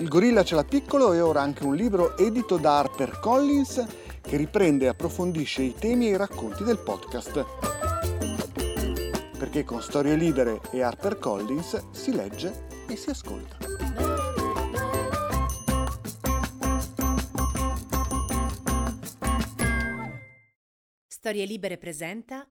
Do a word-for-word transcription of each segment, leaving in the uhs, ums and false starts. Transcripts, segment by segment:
Il gorilla ce l'ha piccolo e ora anche un libro edito da HarperCollins che riprende e approfondisce i temi e i racconti del podcast. Perché con Storie Libere e HarperCollins si legge e si ascolta. Storie Libere presenta.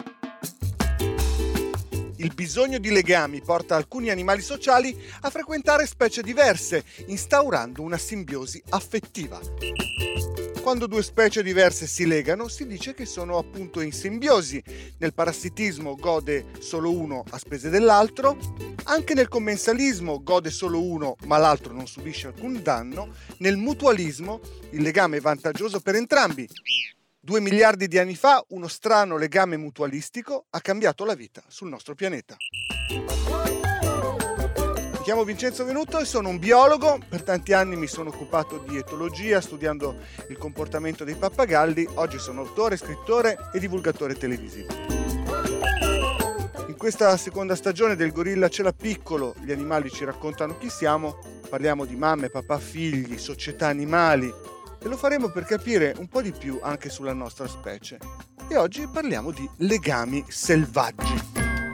Il bisogno di legami porta alcuni animali sociali a frequentare specie diverse, instaurando una simbiosi affettiva. Quando due specie diverse si legano, si dice che sono appunto in simbiosi. Nel parassitismo gode solo uno a spese dell'altro, anche nel commensalismo gode solo uno ma l'altro non subisce alcun danno, nel mutualismo il legame è vantaggioso per entrambi. Due miliardi di anni fa uno strano legame mutualistico ha cambiato la vita sul nostro pianeta. Mi chiamo Vincenzo Venuto e sono un biologo. Per tanti anni mi sono occupato di etologia, studiando il comportamento dei pappagalli. Oggi sono autore, scrittore e divulgatore televisivo. In questa seconda stagione del Gorilla ce l'ha piccolo, gli animali ci raccontano chi siamo. Parliamo di mamme, papà, figli, società animali. E lo faremo per capire un po' di più anche sulla nostra specie. E oggi parliamo di legami selvaggi.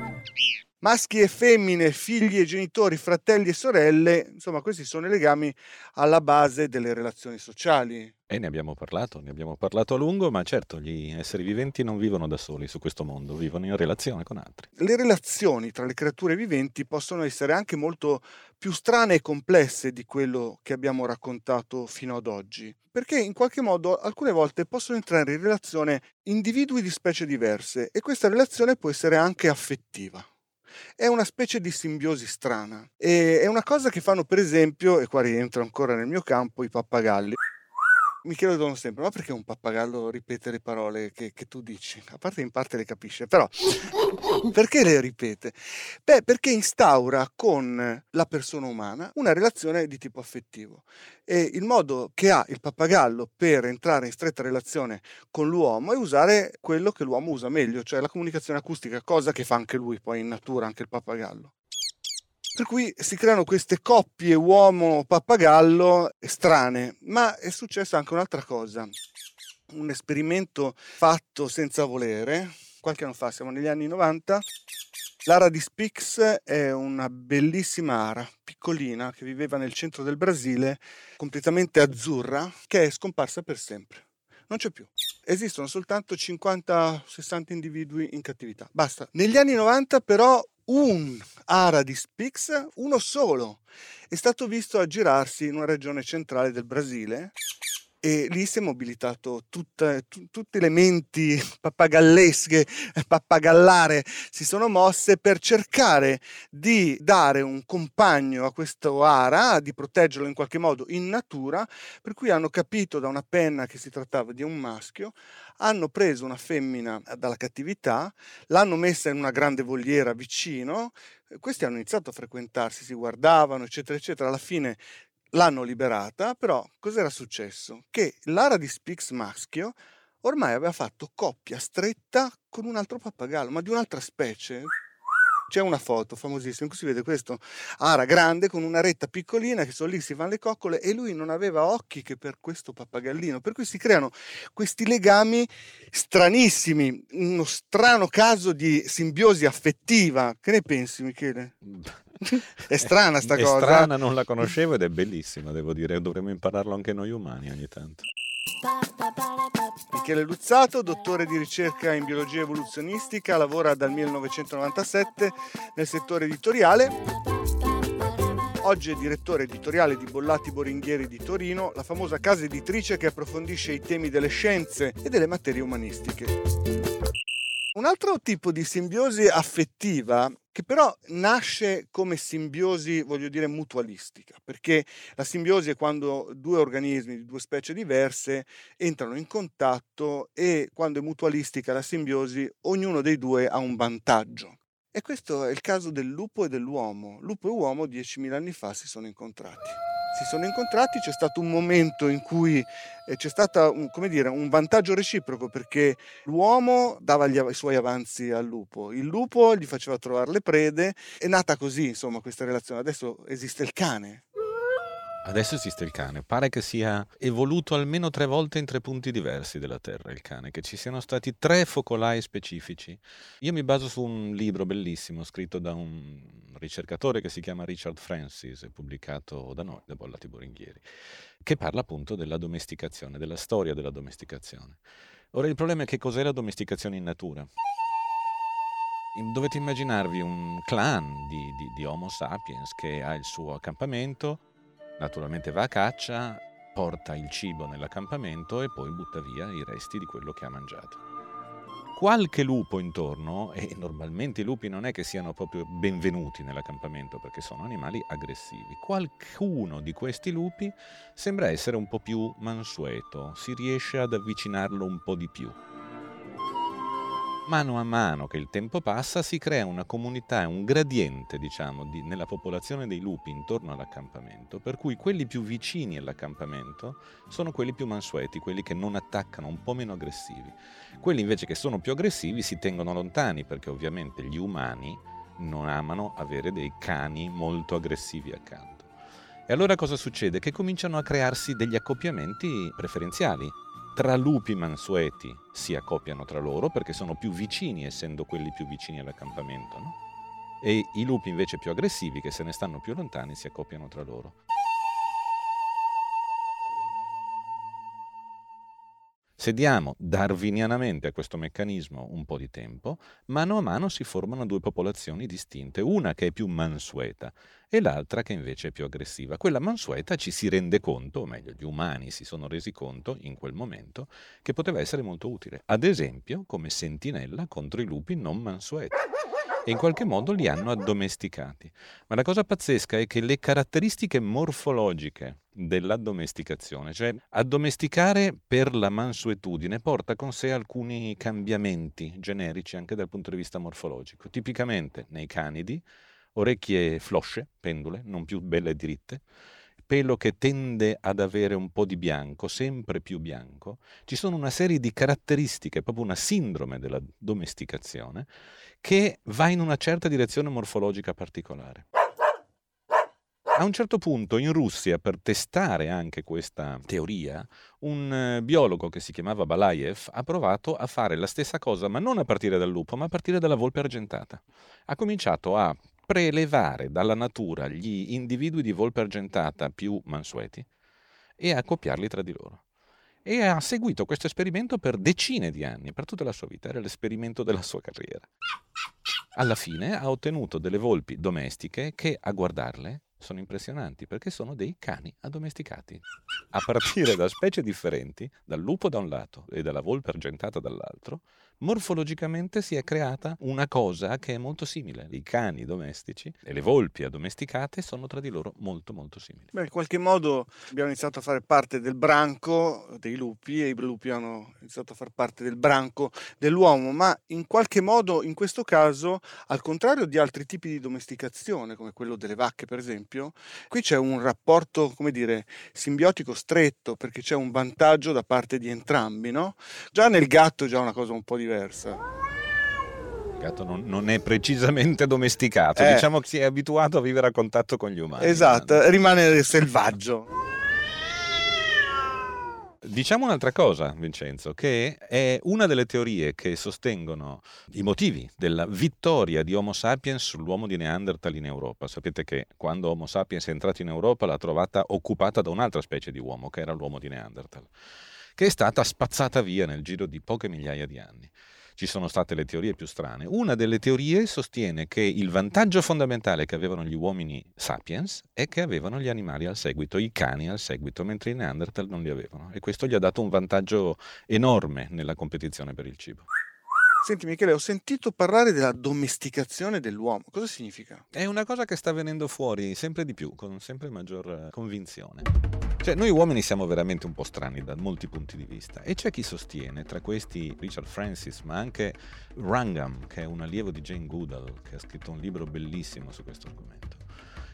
Maschi e femmine, figli e genitori, fratelli e sorelle, insomma questi sono i legami alla base delle relazioni sociali. E ne abbiamo parlato, ne abbiamo parlato a lungo, ma certo gli esseri viventi non vivono da soli su questo mondo, vivono in relazione con altri. Le relazioni tra le creature viventi possono essere anche molto più strane e complesse di quello che abbiamo raccontato fino ad oggi, perché in qualche modo alcune volte possono entrare in relazione individui di specie diverse e questa relazione può essere anche affettiva. È una specie di simbiosi strana e è una cosa che fanno per esempio, e qua rientra ancora nel mio campo, i pappagalli. Mi chiedono sempre, ma perché un pappagallo ripete le parole che, che tu dici? A parte in parte le capisce, però perché le ripete? Beh, perché instaura con la persona umana una relazione di tipo affettivo. E il modo che ha il pappagallo per entrare in stretta relazione con l'uomo è usare quello che l'uomo usa meglio, cioè la comunicazione acustica, cosa che fa anche lui poi in natura, anche il pappagallo. Per cui si creano queste coppie uomo-pappagallo strane, ma è successa anche un'altra cosa. Un esperimento fatto senza volere, qualche anno fa, siamo negli anni novanta. L'ara di Spix è una bellissima ara, piccolina, che viveva nel centro del Brasile, completamente azzurra, che è scomparsa per sempre. Non c'è più. Esistono soltanto cinquanta sessanta individui in cattività. Basta. Negli anni novanta però un ara di Spix, uno solo, è stato visto aggirarsi in una regione centrale del Brasile e lì si è mobilitato tutte, t- tutte le menti pappagallesche, pappagallare, si sono mosse per cercare di dare un compagno a questo ara, di proteggerlo in qualche modo in natura, per cui hanno capito da una penna che si trattava di un maschio, hanno preso una femmina dalla cattività, l'hanno messa in una grande voliera vicino, questi hanno iniziato a frequentarsi, si guardavano, eccetera, eccetera, alla fine l'hanno liberata, però cos'era successo? Che l'ara di Spix maschio ormai aveva fatto coppia stretta con un altro pappagallo, ma di un'altra specie. C'è una foto famosissima in cui si vede questo ara grande con una retta piccolina che sono lì, si fanno le coccole e lui non aveva occhi che per questo pappagallino, per cui si creano questi legami stranissimi, uno strano caso di simbiosi affettiva. Che ne pensi, Michele? È strana sta è cosa. È strana, non la conoscevo ed è bellissima, devo dire, dovremmo impararlo anche noi umani ogni tanto. Michele Luzzato, dottore di ricerca in biologia evoluzionistica, lavora dal millenovecentonovantasette nel settore editoriale. Oggi è direttore editoriale di Bollati Boringhieri di Torino, la famosa casa editrice che approfondisce i temi delle scienze e delle materie umanistiche. Un altro tipo di simbiosi affettiva, che però nasce come simbiosi, voglio dire, mutualistica, perché la simbiosi è quando due organismi di due specie diverse entrano in contatto e quando è mutualistica la simbiosi, ognuno dei due ha un vantaggio. E questo è il caso del lupo e dell'uomo. Lupo e uomo diecimila anni fa si sono incontrati. Si sono incontrati, c'è stato un momento in cui eh, c'è stato un, come dire, un vantaggio reciproco, perché l'uomo dava gli, i suoi avanzi al lupo, il lupo gli faceva trovare le prede, è nata così insomma questa relazione. Adesso esiste il cane. Adesso esiste il cane, pare che sia evoluto almeno tre volte in tre punti diversi della Terra il cane, che ci siano stati tre focolai specifici. Io mi baso su un libro bellissimo scritto da un ricercatore che si chiama Richard Francis, pubblicato da noi, da Bollati Boringhieri, che parla appunto della domesticazione, della storia della domesticazione. Ora il problema è che cos'è la domesticazione in natura? Dovete immaginarvi un clan di, di, di Homo sapiens che ha il suo accampamento, naturalmente va a caccia, porta il cibo nell'accampamento e poi butta via i resti di quello che ha mangiato. Qualche lupo intorno, e normalmente i lupi non è che siano proprio benvenuti nell'accampamento perché sono animali aggressivi, qualcuno di questi lupi sembra essere un po' più mansueto, si riesce ad avvicinarlo un po' di più. Mano a mano che il tempo passa si crea una comunità, un gradiente, diciamo, di, nella popolazione dei lupi intorno all'accampamento, per cui quelli più vicini all'accampamento sono quelli più mansueti, quelli che non attaccano, un po' meno aggressivi. Quelli invece che sono più aggressivi si tengono lontani, perché ovviamente gli umani non amano avere dei cani molto aggressivi accanto. E allora cosa succede? Che cominciano a crearsi degli accoppiamenti preferenziali. Tra lupi mansueti si accoppiano tra loro perché sono più vicini, essendo quelli più vicini all'accampamento, no? E i lupi invece più aggressivi, che se ne stanno più lontani, si accoppiano tra loro. Se diamo darwinianamente a questo meccanismo un po' di tempo, mano a mano si formano due popolazioni distinte, una che è più mansueta e l'altra che invece è più aggressiva. Quella mansueta ci si rende conto, o meglio gli umani si sono resi conto in quel momento, che poteva essere molto utile, ad esempio come sentinella contro i lupi non mansueti. E in qualche modo li hanno addomesticati. Ma la cosa pazzesca è che le caratteristiche morfologiche dell'addomesticazione, cioè addomesticare per la mansuetudine, porta con sé alcuni cambiamenti generici anche dal punto di vista morfologico. Tipicamente nei canidi, orecchie flosce, pendule, non più belle e diritte, pelo che tende ad avere un po' di bianco, sempre più bianco. Ci sono una serie di caratteristiche, proprio una sindrome della domesticazione, che va in una certa direzione morfologica particolare. A un certo punto in Russia, per testare anche questa teoria, un biologo che si chiamava Balayev ha provato a fare la stessa cosa, ma non a partire dal lupo, ma a partire dalla volpe argentata. Ha cominciato a prelevare dalla natura gli individui di volpe argentata più mansueti e a accoppiarli tra di loro. E ha seguito questo esperimento per decine di anni, per tutta la sua vita, era l'esperimento della sua carriera. Alla fine ha ottenuto delle volpi domestiche che, a guardarle, sono impressionanti perché sono dei cani addomesticati. A partire da specie differenti, dal lupo da un lato e dalla volpe argentata dall'altro, morfologicamente si è creata una cosa che è molto simile. I cani domestici e le volpi addomesticate sono tra di loro molto molto simili. Beh, in qualche modo abbiamo iniziato a fare parte del branco dei lupi e i lupi hanno iniziato a far parte del branco dell'uomo, ma in qualche modo in questo caso, al contrario di altri tipi di domesticazione, come quello delle vacche per esempio, qui c'è un rapporto, come dire, simbiotico stretto, perché c'è un vantaggio da parte di entrambi, no? Già nel gatto è già una cosa un po' diversa. Il gatto non, non è precisamente domesticato, Eh. diciamo che si è abituato a vivere a contatto con gli umani. Esatto, rimane selvaggio. Diciamo un'altra cosa, Vincenzo, che è una delle teorie che sostengono i motivi della vittoria di Homo sapiens sull'uomo di Neanderthal in Europa. Sapete che quando Homo sapiens è entrato in Europa l'ha trovata occupata da un'altra specie di uomo, che era l'uomo di Neanderthal, che è stata spazzata via nel giro di poche migliaia di anni. Ci sono state le teorie più strane. Una delle teorie sostiene che il vantaggio fondamentale che avevano gli uomini sapiens è che avevano gli animali al seguito, i cani al seguito, mentre i Neanderthal non li avevano. E questo gli ha dato un vantaggio enorme nella competizione per il cibo. Senti Michele, ho sentito parlare della domesticazione dell'uomo. Cosa significa? È una cosa che sta venendo fuori sempre di più, con sempre maggior convinzione. Cioè, noi uomini siamo veramente un po' strani da molti punti di vista e c'è chi sostiene, tra questi Richard Francis, ma anche Wrangham, che è un allievo di Jane Goodall, che ha scritto un libro bellissimo su questo argomento,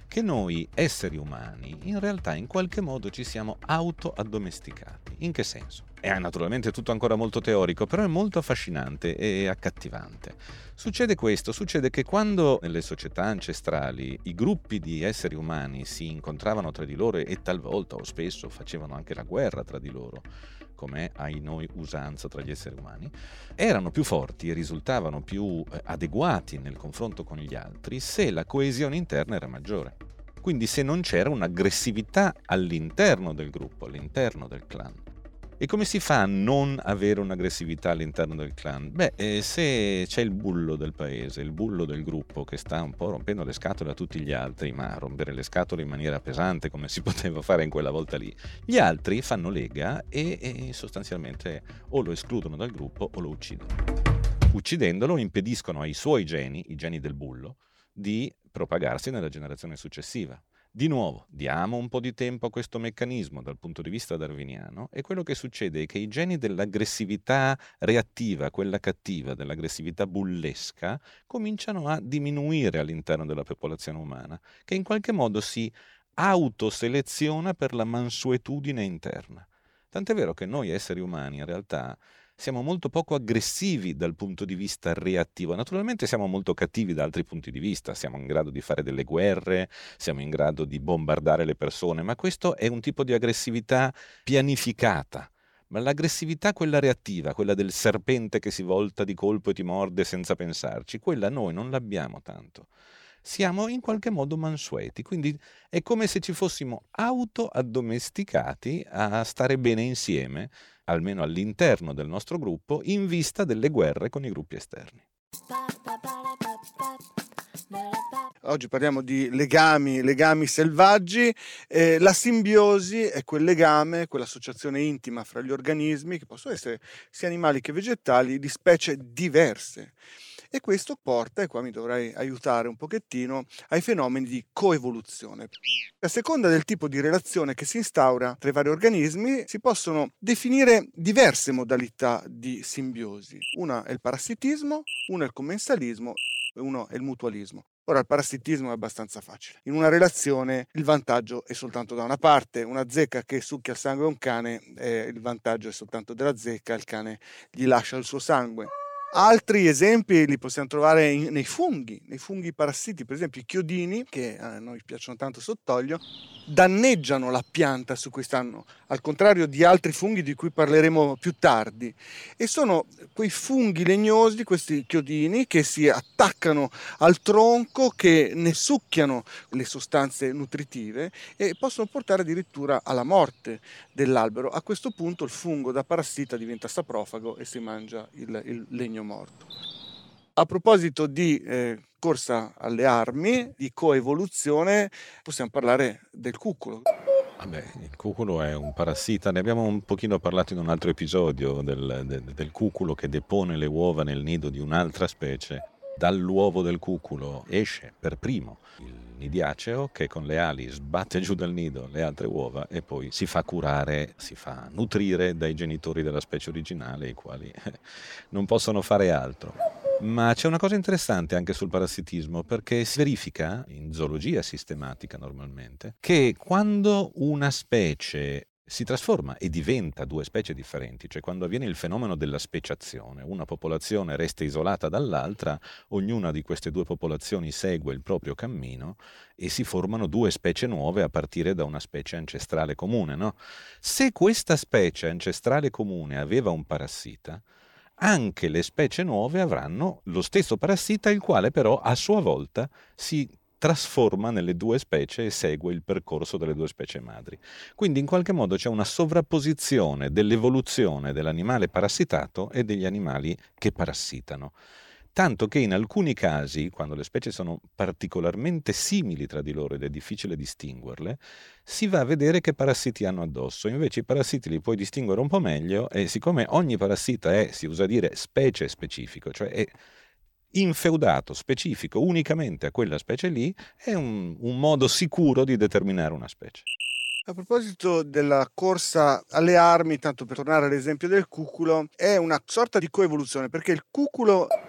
che noi esseri umani in realtà in qualche modo ci siamo auto-addomesticati. In che senso? È naturalmente tutto ancora molto teorico, però è molto affascinante e accattivante. Succede questo, succede che quando nelle società ancestrali i gruppi di esseri umani si incontravano tra di loro e talvolta o spesso facevano anche la guerra tra di loro, come ai noi usanza tra gli esseri umani, erano più forti e risultavano più eh, adeguati nel confronto con gli altri se la coesione interna era maggiore. Quindi se non c'era un'aggressività all'interno del gruppo, all'interno del clan. E come si fa a non avere un'aggressività all'interno del clan? Beh, eh, se c'è il bullo del paese, il bullo del gruppo che sta un po' rompendo le scatole a tutti gli altri, ma a rompere le scatole in maniera pesante come si poteva fare in quella volta lì, gli altri fanno lega e, e sostanzialmente o lo escludono dal gruppo o lo uccidono. Uccidendolo impediscono ai suoi geni, i geni del bullo, di propagarsi nella generazione successiva. Di nuovo, diamo un po' di tempo a questo meccanismo dal punto di vista darwiniano e quello che succede è che i geni dell'aggressività reattiva, quella cattiva, dell'aggressività bullesca, cominciano a diminuire all'interno della popolazione umana, che in qualche modo si autoseleziona per la mansuetudine interna. Tant'è vero che noi esseri umani in realtà siamo molto poco aggressivi dal punto di vista reattivo. Naturalmente siamo molto cattivi da altri punti di vista, siamo in grado di fare delle guerre, siamo in grado di bombardare le persone, ma questo è un tipo di aggressività pianificata. Ma l'aggressività, quella reattiva, quella del serpente che si volta di colpo e ti morde senza pensarci, quella noi non l'abbiamo tanto. Siamo in qualche modo mansueti, quindi è come se ci fossimo auto-addomesticati a stare bene insieme, almeno all'interno del nostro gruppo, in vista delle guerre con i gruppi esterni. Oggi parliamo di legami, legami selvaggi. Eh, la simbiosi è quel legame, quell'associazione intima fra gli organismi, che possono essere sia animali che vegetali, di specie diverse. E questo porta, e qua mi dovrai aiutare un pochettino, ai fenomeni di coevoluzione. A seconda del tipo di relazione che si instaura tra i vari organismi, si possono definire diverse modalità di simbiosi. Una è il parassitismo, una è il commensalismo e uno è il mutualismo. Ora, il parassitismo è abbastanza facile. In una relazione il vantaggio è soltanto da una parte, una zecca che succhia il sangue a un cane, eh, il vantaggio è soltanto della zecca, il cane gli lascia il suo sangue. Altri esempi li possiamo trovare in, nei funghi, nei funghi parassiti, per esempio i chiodini, che a noi piacciono tanto sott'olio, danneggiano la pianta su cui stanno, al contrario di altri funghi di cui parleremo più tardi. E sono quei funghi legnosi, questi chiodini, che si attaccano al tronco, che ne succhiano le sostanze nutritive e possono portare addirittura alla morte dell'albero. A questo punto il fungo da parassita diventa saprofago e si mangia il, il legno morto. A proposito di eh, corsa alle armi, di coevoluzione, possiamo parlare del cuculo. Vabbè, il cuculo è un parassita, ne abbiamo un pochino parlato in un altro episodio del, del, del cuculo che depone le uova nel nido di un'altra specie. Dall'uovo del cuculo esce per primo il nidiaceo che con le ali sbatte giù dal nido le altre uova e poi si fa curare, si fa nutrire dai genitori della specie originale, i quali non possono fare altro. Ma c'è una cosa interessante anche sul parassitismo, perché si verifica in zoologia sistematica normalmente che quando una specie si trasforma e diventa due specie differenti, cioè quando avviene il fenomeno della speciazione, una popolazione resta isolata dall'altra, ognuna di queste due popolazioni segue il proprio cammino e si formano due specie nuove a partire da una specie ancestrale comune, no? Se questa specie ancestrale comune aveva un parassita, anche le specie nuove avranno lo stesso parassita, il quale però a sua volta si trasforma nelle due specie e segue il percorso delle due specie madri. Quindi in qualche modo c'è una sovrapposizione dell'evoluzione dell'animale parassitato e degli animali che parassitano. Tanto che in alcuni casi, quando le specie sono particolarmente simili tra di loro ed è difficile distinguerle, si va a vedere che parassiti hanno addosso. Invece i parassiti li puoi distinguere un po' meglio e siccome ogni parassita è, si usa dire, specie specifico, cioè è infeudato, specifico unicamente a quella specie lì, è un, un modo sicuro di determinare una specie. A proposito della corsa alle armi, tanto per tornare all'esempio del cuculo, è una sorta di coevoluzione, perché il cuculo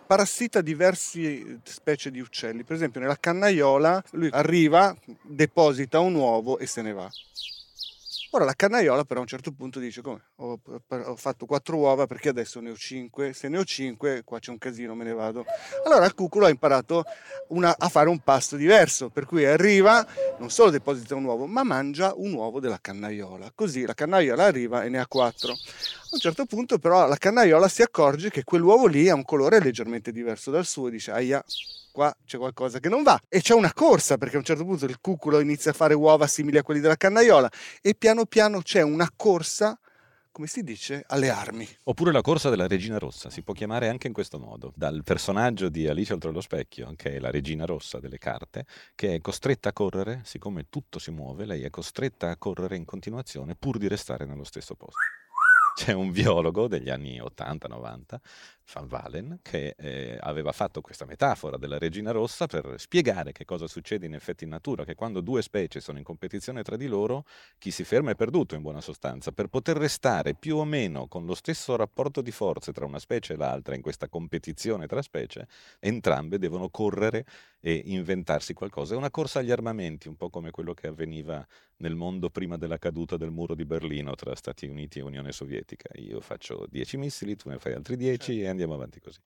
parassita diverse specie di uccelli. Per esempio nella cannaiola lui arriva, deposita un uovo e se ne va. Ora la cannaiola però a un certo punto dice: come? Ho, ho fatto quattro uova, perché adesso ne ho cinque? Se ne ho cinque qua c'è un casino, me ne vado. Allora il cuculo ha imparato una, a fare un pasto diverso, per cui arriva, non solo deposita un uovo, ma mangia un uovo della cannaiola. Così la cannaiola arriva e ne ha quattro. A un certo punto però la cannaiola si accorge che quell'uovo lì ha un colore leggermente diverso dal suo e dice: ahia, qua c'è qualcosa che non va. E c'è una corsa, perché a un certo punto il cuculo inizia a fare uova simili a quelli della cannaiola e piano piano c'è una corsa, come si dice, alle armi. Oppure la corsa della Regina Rossa, si può chiamare anche in questo modo, dal personaggio di Alice oltre lo specchio, che è la Regina Rossa delle carte, che è costretta a correre, siccome tutto si muove, lei è costretta a correre in continuazione pur di restare nello stesso posto. C'è un biologo degli anni ottanta novanta, Van Valen, che eh, aveva fatto questa metafora della Regina Rossa per spiegare che cosa succede in effetti in natura, che quando due specie sono in competizione tra di loro, chi si ferma è perduto in buona sostanza. Per poter restare più o meno con lo stesso rapporto di forze tra una specie e l'altra in questa competizione tra specie, entrambe devono correre e inventarsi qualcosa. È una corsa agli armamenti, un po' come quello che avveniva nel mondo prima della caduta del muro di Berlino tra Stati Uniti e Unione Sovietica. Io faccio dieci missili, tu ne fai altri dieci e andiamo avanti così.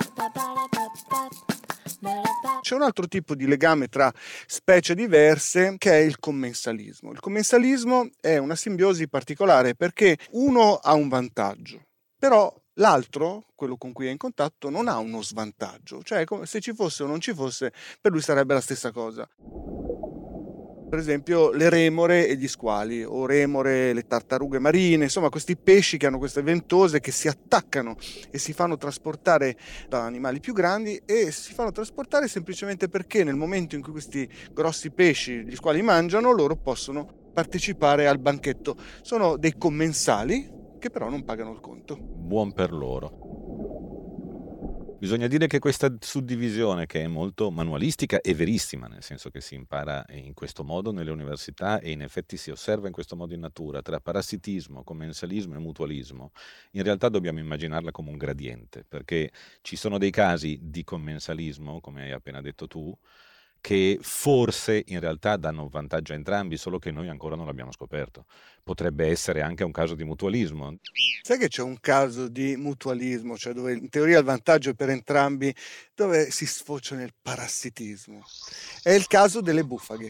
C'è un altro tipo di legame tra specie diverse che è il commensalismo. Il commensalismo è una simbiosi particolare perché uno ha un vantaggio, però l'altro, quello con cui è in contatto, non ha uno svantaggio. Cioè, se ci fosse o non ci fosse, per lui sarebbe la stessa cosa. Per esempio le remore e gli squali, o remore, le tartarughe marine, insomma questi pesci che hanno queste ventose che si attaccano e si fanno trasportare da animali più grandi, e si fanno trasportare semplicemente perché nel momento in cui questi grossi pesci, gli squali mangiano, loro possono partecipare al banchetto. Sono dei commensali che però non pagano il conto. Buon per loro. Bisogna dire che questa suddivisione, che è molto manualistica e verissima, nel senso che si impara in questo modo nelle università e in effetti si osserva in questo modo in natura, tra parassitismo, commensalismo e mutualismo, in realtà dobbiamo immaginarla come un gradiente, perché ci sono dei casi di commensalismo, come hai appena detto tu, che forse in realtà danno un vantaggio a entrambi, solo che noi ancora non l'abbiamo scoperto. Potrebbe essere anche un caso di mutualismo. Sai che c'è un caso di mutualismo, cioè dove in teoria il vantaggio è per entrambi, dove si sfocia nel parassitismo? È il caso delle bufaghe.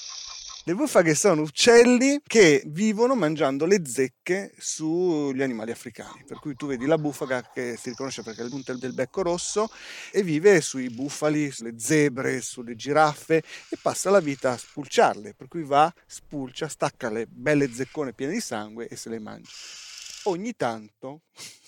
Le bufaghe sono uccelli che vivono mangiando le zecche sugli animali africani, per cui tu vedi la bufaga che si riconosce perché ha il punto del becco rosso e vive sui bufali, sulle zebre, sulle giraffe e passa la vita a spulciarle, per cui va, spulcia, stacca le belle zeccone piene di sangue e se le mangia. Ogni tanto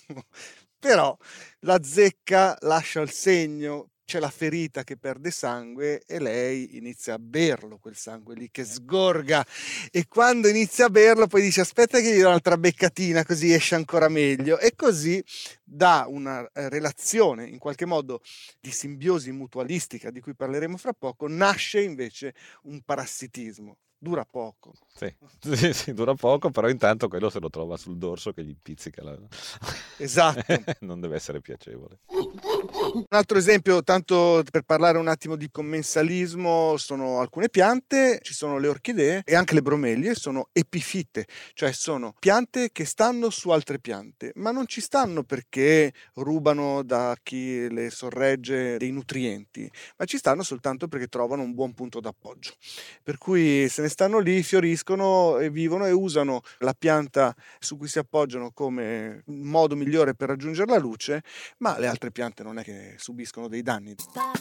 però la zecca lascia il segno, c'è la ferita che perde sangue e lei inizia a berlo, quel sangue lì che sgorga, e quando inizia a berlo poi dice: aspetta che gli do un'altra beccatina così esce ancora meglio, e così da una relazione in qualche modo di simbiosi mutualistica di cui parleremo fra poco nasce invece un parassitismo. Dura poco. Sì, sì, sì, dura poco, però intanto quello se lo trova sul dorso che gli pizzica la... Esatto. Non deve essere piacevole. Un altro esempio, tanto per parlare un attimo di commensalismo, sono alcune piante, ci sono le orchidee e anche le bromelie, sono epifite, cioè sono piante che stanno su altre piante, ma non ci stanno perché rubano da chi le sorregge dei nutrienti, ma ci stanno soltanto perché trovano un buon punto d'appoggio. Per cui se ne stanno lì, fioriscono e vivono e usano la pianta su cui si appoggiano come modo migliore per raggiungere la luce, ma le altre piante non è che subiscono dei danni.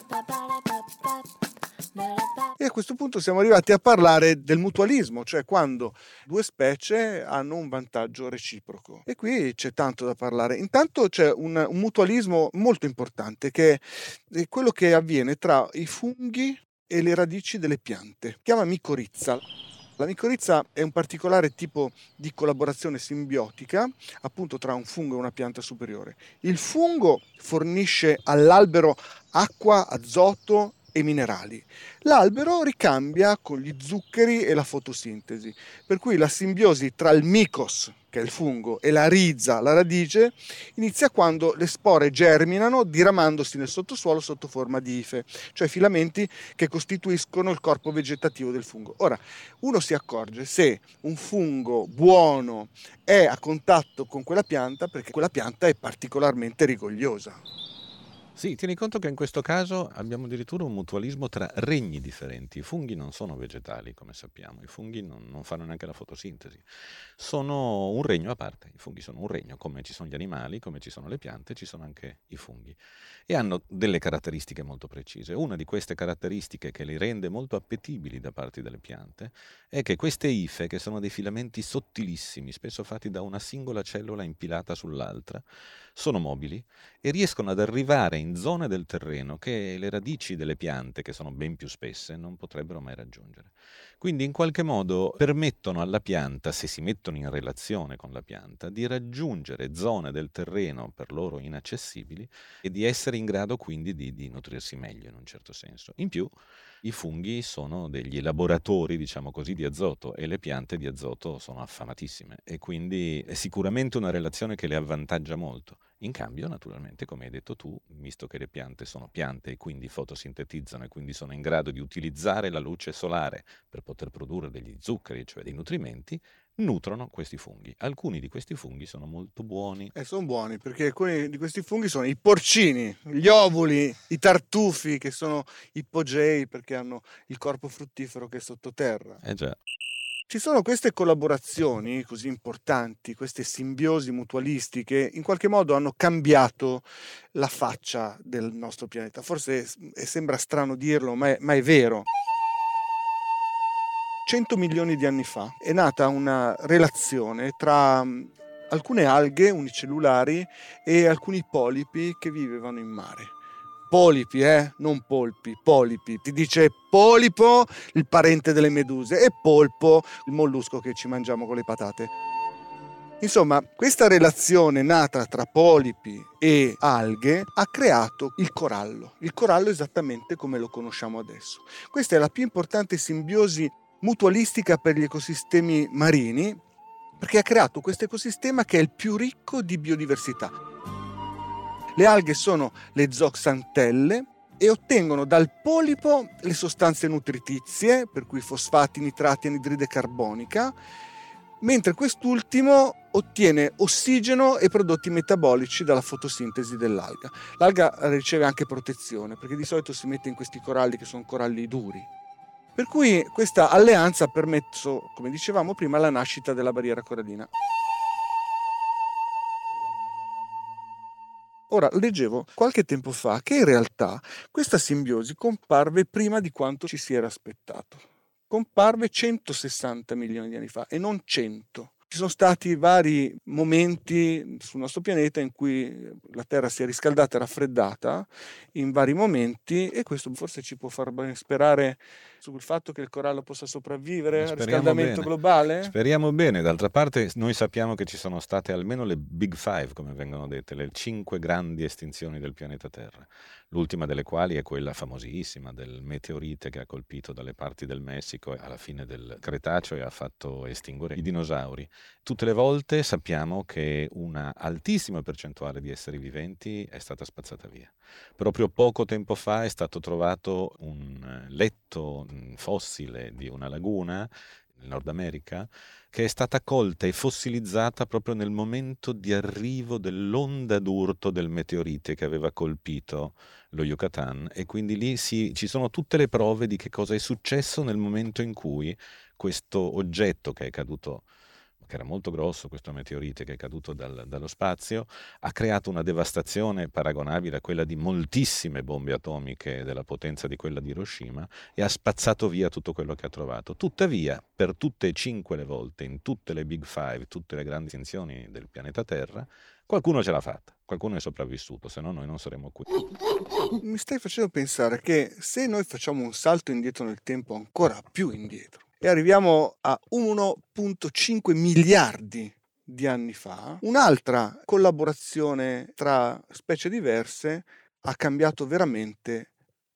E a questo punto siamo arrivati a parlare del mutualismo, cioè quando due specie hanno un vantaggio reciproco. E qui c'è tanto da parlare. Intanto c'è un, un mutualismo molto importante, che è quello che avviene tra i funghi e le radici delle piante. Si chiama micorizza. La micorizza è un particolare tipo di collaborazione simbiotica, appunto tra un fungo e una pianta superiore. Il fungo fornisce all'albero acqua, azoto e minerali. L'albero ricambia con gli zuccheri e la fotosintesi, per cui la simbiosi tra il micos, che è il fungo, e la rizza, la radice, inizia quando le spore germinano diramandosi nel sottosuolo sotto forma di ife, cioè filamenti che costituiscono il corpo vegetativo del fungo. Ora, uno si accorge se un fungo buono è a contatto con quella pianta perché quella pianta è particolarmente rigogliosa. Sì, tieni conto che in questo caso abbiamo addirittura un mutualismo tra regni differenti. I funghi non sono vegetali, come sappiamo, i funghi non, non fanno neanche la fotosintesi, sono un regno a parte. I funghi sono un regno, come ci sono gli animali, come ci sono le piante, ci sono anche i funghi. E hanno delle caratteristiche molto precise. Una di queste caratteristiche che li rende molto appetibili da parte delle piante è che queste ife, che sono dei filamenti sottilissimi, spesso fatti da una singola cellula impilata sull'altra, sono mobili e riescono ad arrivare in zone del terreno che le radici delle piante, che sono ben più spesse, non potrebbero mai raggiungere. Quindi in qualche modo permettono alla pianta, se si mettono in relazione con la pianta, di raggiungere zone del terreno per loro inaccessibili e di essere in grado quindi di, di nutrirsi meglio in un certo senso. In più, i funghi sono degli elaboratori, diciamo così, di azoto e le piante di azoto sono affamatissime e quindi è sicuramente una relazione che le avvantaggia molto. In cambio, naturalmente, come hai detto tu, visto che le piante sono piante e quindi fotosintetizzano e quindi sono in grado di utilizzare la luce solare per poter produrre degli zuccheri, cioè dei nutrimenti, nutrono questi funghi. Alcuni di questi funghi sono molto buoni. E sono buoni perché alcuni di questi funghi sono i porcini, gli ovuli, i tartufi, che sono ipogei perché hanno il corpo fruttifero che è sottoterra. Eh già. Ci sono queste collaborazioni così importanti, queste simbiosi mutualistiche, in qualche modo hanno cambiato la faccia del nostro pianeta. Forse sembra strano dirlo, ma è, ma è vero. cento milioni di anni fa è nata una relazione tra alcune alghe unicellulari e alcuni polipi che vivevano in mare. Polipi, eh? Non polpi, polipi. Ti dice polipo, il parente delle meduse, e polpo, il mollusco che ci mangiamo con le patate. Insomma, questa relazione nata tra polipi e alghe ha creato il corallo. Il corallo esattamente come lo conosciamo adesso. Questa è la più importante simbiosi mutualistica per gli ecosistemi marini, perché ha creato questo ecosistema che è il più ricco di biodiversità. Le alghe sono le zooxantelle e ottengono dal polipo le sostanze nutritizie, per cui fosfati, nitrati, anidride carbonica, mentre quest'ultimo ottiene ossigeno e prodotti metabolici dalla fotosintesi dell'alga. L'alga riceve anche protezione, perché di solito si mette in questi coralli che sono coralli duri. Per cui questa alleanza ha permesso, come dicevamo prima, la nascita della barriera corallina. Ora, leggevo qualche tempo fa che in realtà questa simbiosi comparve prima di quanto ci si era aspettato. Comparve centosessanta milioni di anni fa e non cento. Ci sono stati vari momenti sul nostro pianeta in cui la Terra si è riscaldata e raffreddata in vari momenti, e questo forse ci può far ben sperare sul fatto che il corallo possa sopravvivere al riscaldamento bene. globale? Speriamo bene. D'altra parte noi sappiamo che ci sono state almeno le Big Five, come vengono dette, le cinque grandi estinzioni del pianeta Terra. L'ultima delle quali è quella famosissima del meteorite che ha colpito dalle parti del Messico alla fine del Cretaceo e ha fatto estinguere i dinosauri. Tutte le volte sappiamo che una altissima percentuale di esseri viventi è stata spazzata via. Proprio poco tempo fa è stato trovato un letto fossile di una laguna nel Nord America che è stata colta e fossilizzata proprio nel momento di arrivo dell'onda d'urto del meteorite che aveva colpito lo Yucatan, e quindi lì si, ci sono tutte le prove di che cosa è successo nel momento in cui questo oggetto che è caduto, che era molto grosso, questo meteorite che è caduto dal, dallo spazio, ha creato una devastazione paragonabile a quella di moltissime bombe atomiche della potenza di quella di Hiroshima e ha spazzato via tutto quello che ha trovato. Tuttavia, per tutte e cinque le volte, in tutte le Big Five, tutte le grandi estinzioni del pianeta Terra, qualcuno ce l'ha fatta, qualcuno è sopravvissuto, se no noi non saremmo qui. Mi stai facendo pensare che se noi facciamo un salto indietro nel tempo, ancora più indietro, e arriviamo a uno virgola cinque miliardi di anni fa, un'altra collaborazione tra specie diverse ha cambiato veramente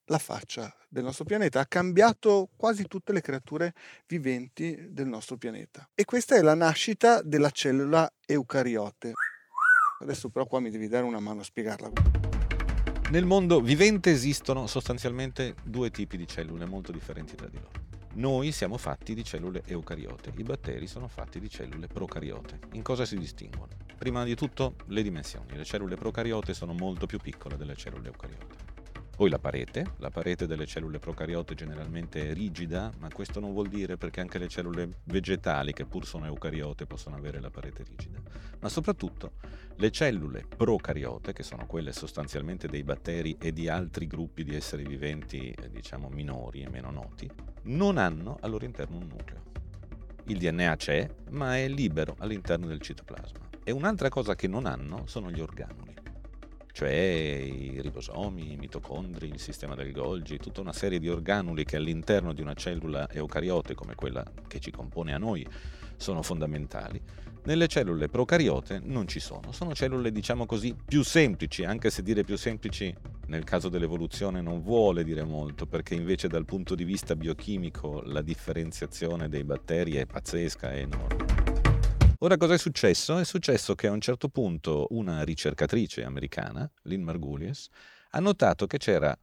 la faccia del nostro pianeta, ha cambiato quasi tutte le creature viventi del nostro pianeta. E questa è la nascita della cellula eucariote. Adesso però qua mi devi dare una mano a spiegarla. Nel mondo vivente esistono sostanzialmente due tipi di cellule molto differenti tra di loro. Noi siamo fatti di cellule eucariote, i batteri sono fatti di cellule procariote. In cosa si distinguono? Prima di tutto le dimensioni. Le cellule procariote sono molto più piccole delle cellule eucariote. Poi la parete, la parete delle cellule procariote generalmente è rigida, ma questo non vuol dire perché anche le cellule vegetali, che pur sono eucariote, possono avere la parete rigida. Ma soprattutto le cellule procariote, che sono quelle sostanzialmente dei batteri e di altri gruppi di esseri viventi, eh, diciamo minori e meno noti, non hanno al loro interno un nucleo. Il D N A c'è, ma è libero all'interno del citoplasma. E un'altra cosa che non hanno sono gli organuli, cioè i ribosomi, i mitocondri, il sistema del Golgi, tutta una serie di organuli che all'interno di una cellula eucariote come quella che ci compone a noi sono fondamentali. Nelle cellule procariote non ci sono, sono cellule diciamo così più semplici, anche se dire più semplici nel caso dell'evoluzione non vuole dire molto, perché invece dal punto di vista biochimico la differenziazione dei batteri è pazzesca, è enorme. Ora cosa è successo? È successo che a un certo punto una ricercatrice americana, Lynn Margulies, ha notato che c'era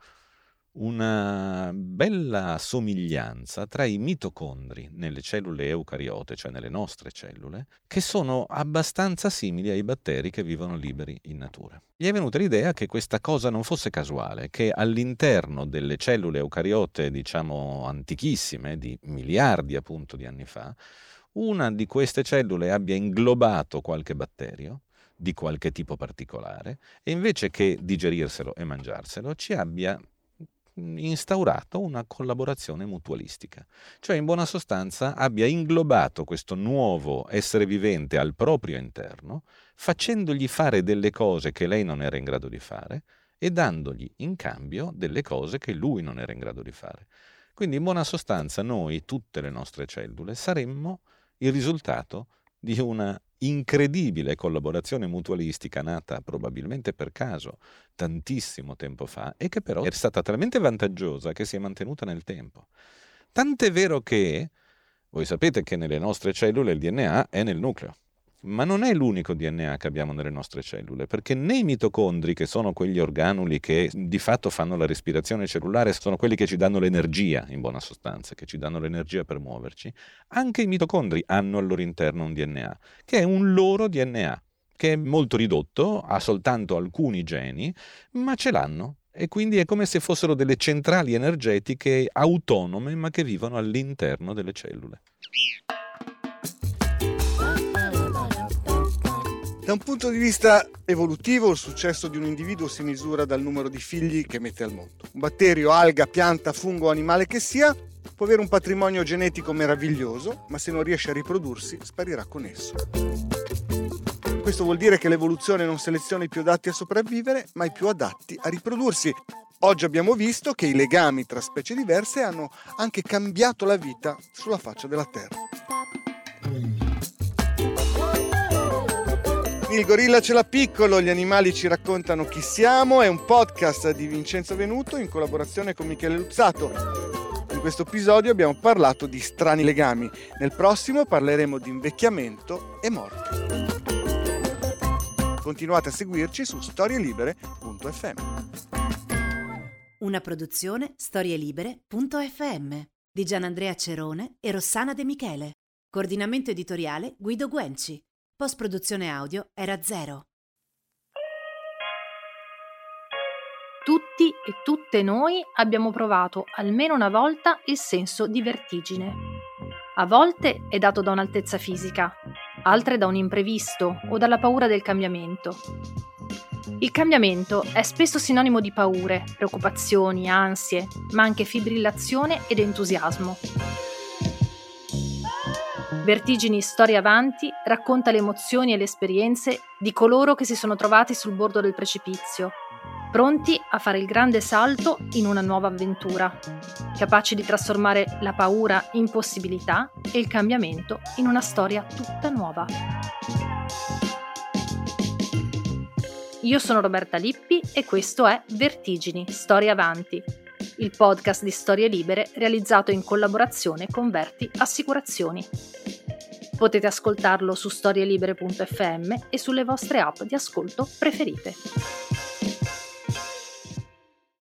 una bella somiglianza tra i mitocondri nelle cellule eucariote, cioè nelle nostre cellule, che sono abbastanza simili ai batteri che vivono liberi in natura. Gli è venuta l'idea che questa cosa non fosse casuale, che all'interno delle cellule eucariote, diciamo antichissime, di miliardi appunto di anni fa, una di queste cellule abbia inglobato qualche batterio di qualche tipo particolare e invece che digerirselo e mangiarselo ci abbia instaurato una collaborazione mutualistica, cioè in buona sostanza abbia inglobato questo nuovo essere vivente al proprio interno, facendogli fare delle cose che lei non era in grado di fare e dandogli in cambio delle cose che lui non era in grado di fare. Quindi in buona sostanza noi, tutte le nostre cellule, saremmo il risultato di una incredibile collaborazione mutualistica nata probabilmente per caso tantissimo tempo fa e che però è stata talmente vantaggiosa che si è mantenuta nel tempo. Tant'è vero che voi sapete che nelle nostre cellule il D N A è nel nucleo, ma non è l'unico D N A che abbiamo nelle nostre cellule, perché nei mitocondri, che sono quegli organuli che di fatto fanno la respirazione cellulare, sono quelli che ci danno l'energia, in buona sostanza, che ci danno l'energia per muoverci, anche i mitocondri hanno al loro interno un D N A, che è un loro D N A, che è molto ridotto, ha soltanto alcuni geni, ma ce l'hanno. E quindi è come se fossero delle centrali energetiche autonome, ma che vivono all'interno delle cellule. Da un punto di vista evolutivo, il successo di un individuo si misura dal numero di figli che mette al mondo. Un batterio, alga, pianta, fungo o animale che sia, può avere un patrimonio genetico meraviglioso, ma se non riesce a riprodursi, sparirà con esso. Questo vuol dire che l'evoluzione non seleziona i più adatti a sopravvivere, ma i più adatti a riprodursi. Oggi abbiamo visto che i legami tra specie diverse hanno anche cambiato la vita sulla faccia della Terra. Il gorilla ce l'ha piccolo, gli animali ci raccontano chi siamo, è un podcast di Vincenzo Venuto in collaborazione con Michele Luzzato. In questo episodio abbiamo parlato di strani legami, nel prossimo parleremo di invecchiamento e morte. Continuate a seguirci su storielibere punto effe emme. Una produzione storielibere punto effe emme di Gianandrea Cerone e Rossana De Michele. Coordinamento editoriale Guido Guenci. Post-produzione audio era zero. Tutti e tutte noi abbiamo provato almeno una volta il senso di vertigine. A volte è dato da un'altezza fisica, altre da un imprevisto o dalla paura del cambiamento. Il cambiamento è spesso sinonimo di paure, preoccupazioni, ansie, ma anche fibrillazione ed entusiasmo. Vertigini Storia Avanti racconta le emozioni e le esperienze di coloro che si sono trovati sul bordo del precipizio, pronti a fare il grande salto in una nuova avventura, capaci di trasformare la paura in possibilità e il cambiamento in una storia tutta nuova. Io sono Roberta Lippi e questo è Vertigini Storia Avanti, il podcast di Storie Libere realizzato in collaborazione con Verti Assicurazioni. Potete ascoltarlo su storielibere punto effe emme e sulle vostre app di ascolto preferite.